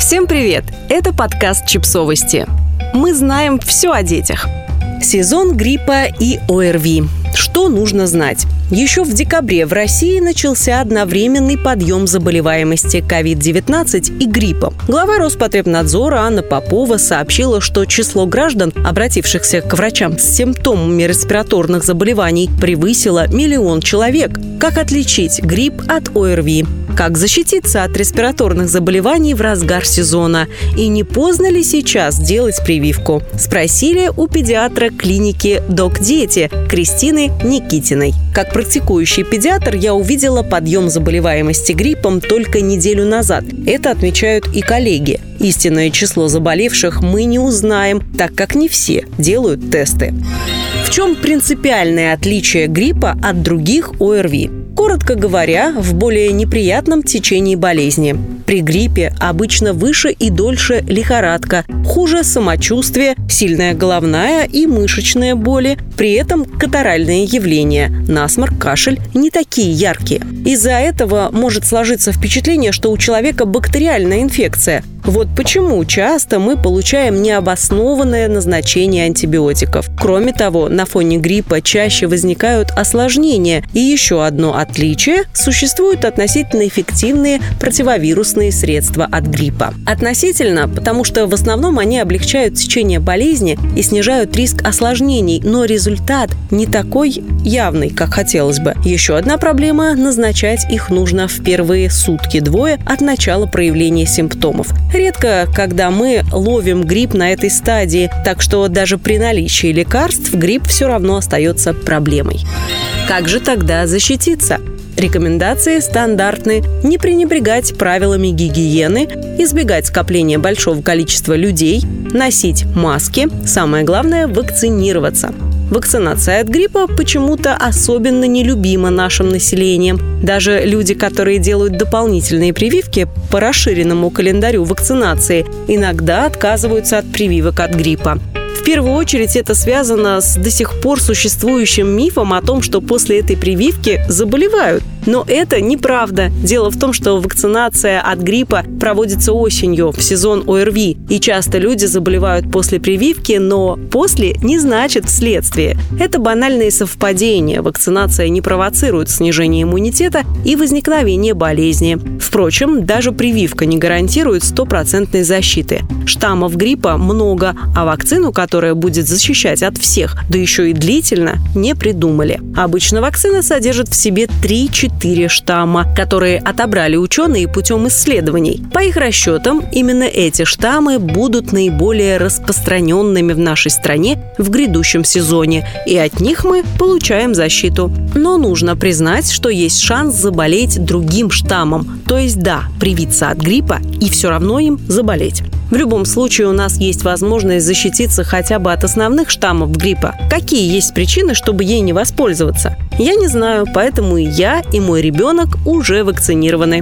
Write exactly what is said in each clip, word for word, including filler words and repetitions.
Всем привет! Это подкаст «Чипсовости». Мы знаем все о детях. Сезон гриппа и ОРВИ. Что нужно знать? Еще в декабре в России начался одновременный подъем заболеваемости ковид девятнадцать и гриппом. Глава Роспотребнадзора Анна Попова сообщила, что число граждан, обратившихся к врачам с симптомами респираторных заболеваний, превысило миллион человек. Как отличить грипп от ОРВИ? Как защититься от респираторных заболеваний в разгар сезона? И не поздно ли сейчас делать прививку? Спросили у педиатра клиники «Док-Дети» Кристины Никитиной. Как практикующий педиатр я увидела подъем заболеваемости гриппом только неделю назад. Это отмечают и коллеги. Истинное число заболевших мы не узнаем, так как не все делают тесты. В чем принципиальное отличие гриппа от других ОРВИ? Коротко говоря, в более неприятном течении болезни. При гриппе обычно выше и дольше лихорадка, хуже самочувствие, сильная головная и мышечная боли, при этом катаральные явления, насморк, кашель не такие яркие. Из-за этого может сложиться впечатление, что у человека бактериальная инфекция. Вот почему часто мы получаем необоснованное назначение антибиотиков. Кроме того, на фоне гриппа чаще возникают осложнения. И еще одно отличие – существуют относительно эффективные противовирусные средства от гриппа. Относительно, потому что в основном они облегчают течение болезни и снижают риск осложнений, но результат не такой явный, как хотелось бы. Еще одна проблема – назначать их нужно в первые сутки-двое от начала проявления симптомов. Редко, когда мы ловим грипп на этой стадии, так что даже при наличии лекарств грипп все равно остается проблемой. Как же тогда защититься? Рекомендации стандартны: не пренебрегать правилами гигиены, избегать скопления большого количества людей, носить маски, самое главное – вакцинироваться. Вакцинация от гриппа почему-то особенно нелюбима нашим населением. Даже люди, которые делают дополнительные прививки по расширенному календарю вакцинации, иногда отказываются от прививок от гриппа. В первую очередь это связано с до сих пор существующим мифом о том, что после этой прививки заболевают. Но это неправда. Дело в том, что вакцинация от гриппа проводится осенью, в сезон ОРВИ. И часто люди заболевают после прививки, но «после» не значит «вследствие». Это банальные совпадения. Вакцинация не провоцирует снижение иммунитета и возникновение болезни. Впрочем, даже прививка не гарантирует стопроцентной защиты. Штаммов гриппа много, а вакцину, которая будет защищать от всех, да еще и длительно, не придумали. Обычно вакцина содержит в себе три-четыре штамма, которые отобрали ученые путем исследований. По их расчетам, именно эти штаммы будут наиболее распространенными в нашей стране в грядущем сезоне, и от них мы получаем защиту. Но нужно признать, что есть шанс заболеть другим штаммом, то есть да, привиться от гриппа и все равно им заболеть. В любом случае у нас есть возможность защититься хотя бы от основных штаммов гриппа. Какие есть причины, чтобы ей не воспользоваться? Я не знаю, поэтому и я, и мой ребенок уже вакцинированы.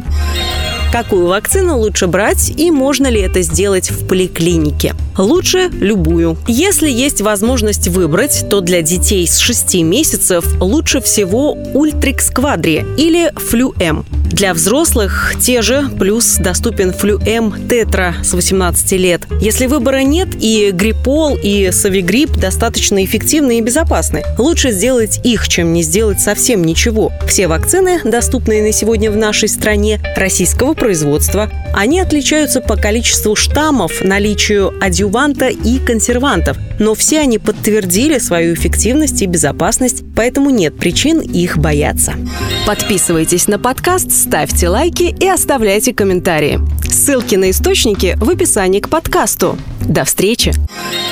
Какую вакцину лучше брать и можно ли это сделать в поликлинике? Лучше любую. Если есть возможность выбрать, то для детей с шести месяцев лучше всего Ультрикс Квадри или Флюэм. Для взрослых те же, плюс доступен Флюэм Тетра с восемнадцати лет. Если выбора нет, и Гриппол, и Савигрипп достаточно эффективны и безопасны. Лучше сделать их, чем не сделать совсем ничего. Все вакцины, доступные на сегодня в нашей стране, российского производства. Они отличаются по количеству штаммов, наличию адъюванта и консервантов. Но все они подтвердили свою эффективность и безопасность, поэтому нет причин их бояться. Подписывайтесь на подкаст, ставьте лайки и оставляйте комментарии. Ссылки на источники в описании к подкасту. До встречи!